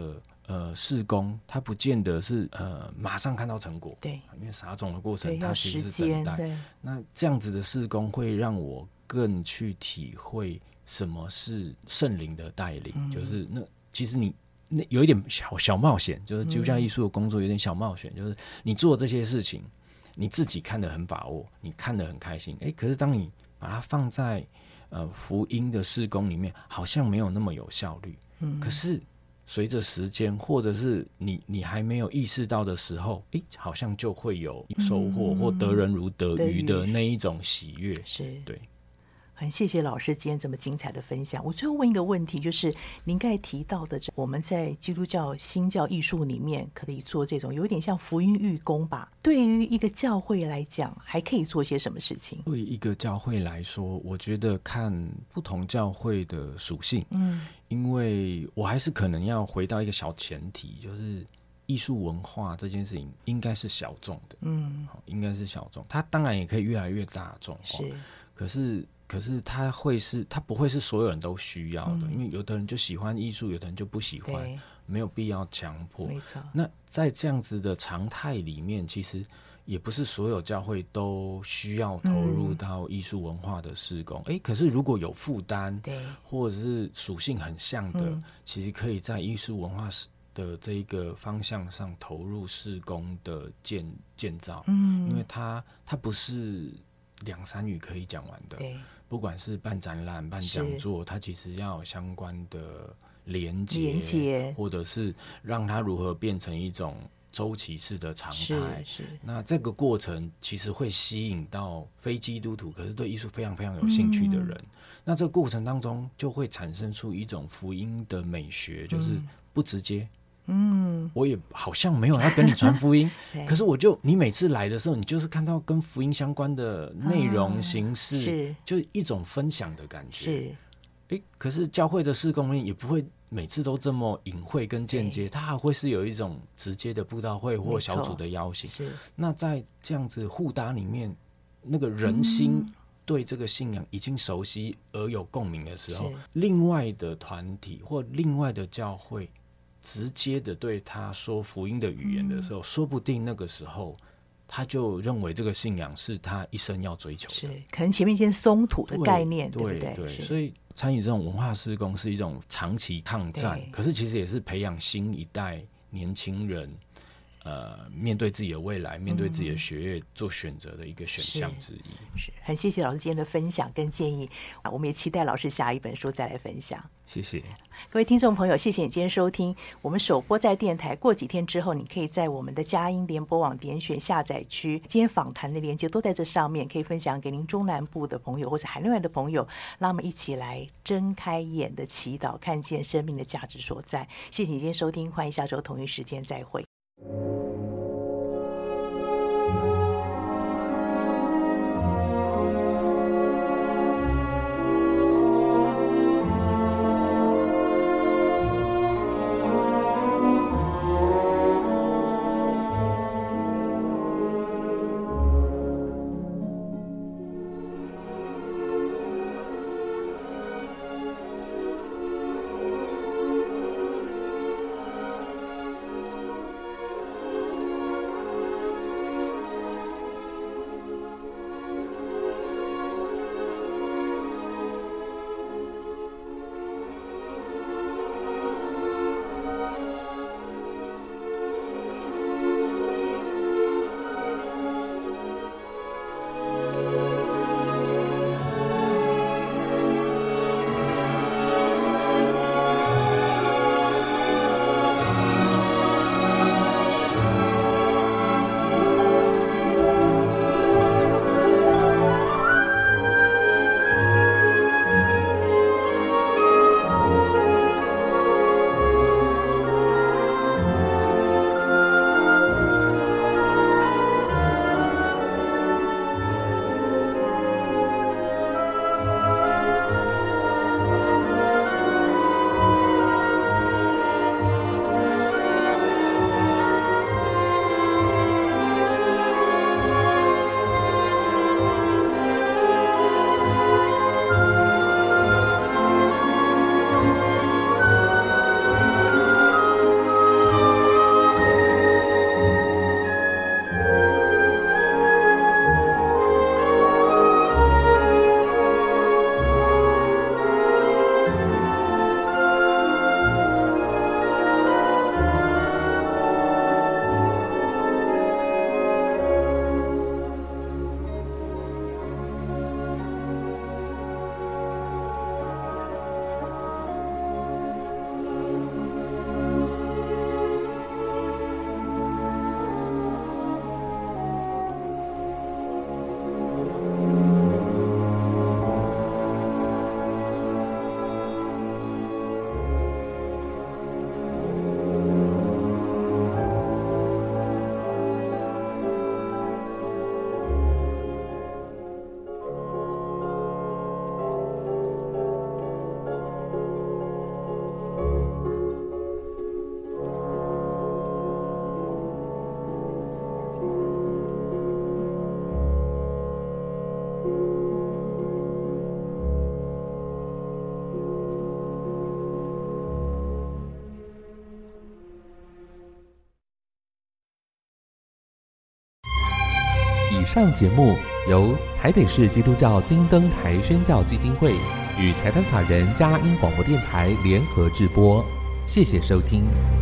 施工，它不见得是马上看到成果，
对，
因为撒种的过程它
要
其实
时间，
是等待。
对，
那这样子的施工会让我更去体会什么是圣灵的带领，就是那其实你那有一点小冒险，就是基督教艺术的工作有点小冒险，就是你做这些事情，你自己看得很把握，你看得很开心，可是当你把它放在福音的事工里面，好像没有那么有效率。可是随着时间，或者是你还没有意识到的时候，好像就会有收获，或得人如得鱼的那一种喜悦。
是，
对。
很谢谢老师今天这么精彩的分享。我最后问一个问题，就是您刚才提到的，我们在基督教新教艺术里面可以做这种有点像福音预工吧？对于一个教会来讲，还可以做些什么事情？
对于一个教会来说，我觉得看不同教会的属性，因为我还是可能要回到一个小前提，就是艺术文化这件事情应该是小众的，应该是小众，它当然也可以越来越大众，可是它不会是所有人都需要的，因为有的人就喜欢艺术，有的人就不喜欢，没有必要强迫。
没错。
那在这样子的常态里面，其实也不是所有教会都需要投入到艺术文化的事工。可是如果有负担，或者是属性很像的，其实可以在艺术文化的这一个方向上投入事工的建造，因为它不是2-3语可以讲完的。不管是办展览、办讲座，它其实要有相关的连结，或者是让它如何变成一种周期式的常态。那这个过程其实会吸引到非基督徒，可是对艺术非常非常有兴趣的人。那这个过程当中就会产生出一种福音的美学，就是不直接。我也好像没有要跟你传福音，可是你每次来的时候，你就是看到跟福音相关的内容形式，就一种分享的感觉。可是教会的事工也不会每次都这么隐晦跟间接，它还会是有一种直接的布道会或小组的邀请。那在这样子互搭里面，那个人心对这个信仰已经熟悉而有共鸣的时候，另外的团体或另外的教会直接的对他说福音的语言的时候，说不定那个时候他就认为这个信仰是他一生要追求的。
可能前面先松土的概念，对不对？
所以参与这种文化事工是一种长期抗战，可是其实也是培养新一代年轻人面对自己的未来，面对自己的学业做选择的一个选项之一。
很谢谢老师今天的分享跟建议，我们也期待老师下一本书再来分享。
谢谢
各位听众朋友，谢谢你今天收听我们首播在电台，过几天之后你可以在我们的佳音联播网点选下载区，今天访谈的连接都在这上面，可以分享给您中南部的朋友或是海内外的朋友，让我们一起来睁开眼的祈祷，看见生命的价值所在。谢谢你今天收听，欢迎下周同一时间再会。
以上节目由台北市基督教金灯台宣教基金会与财团法人佳音广播电台联合制播，谢谢收听。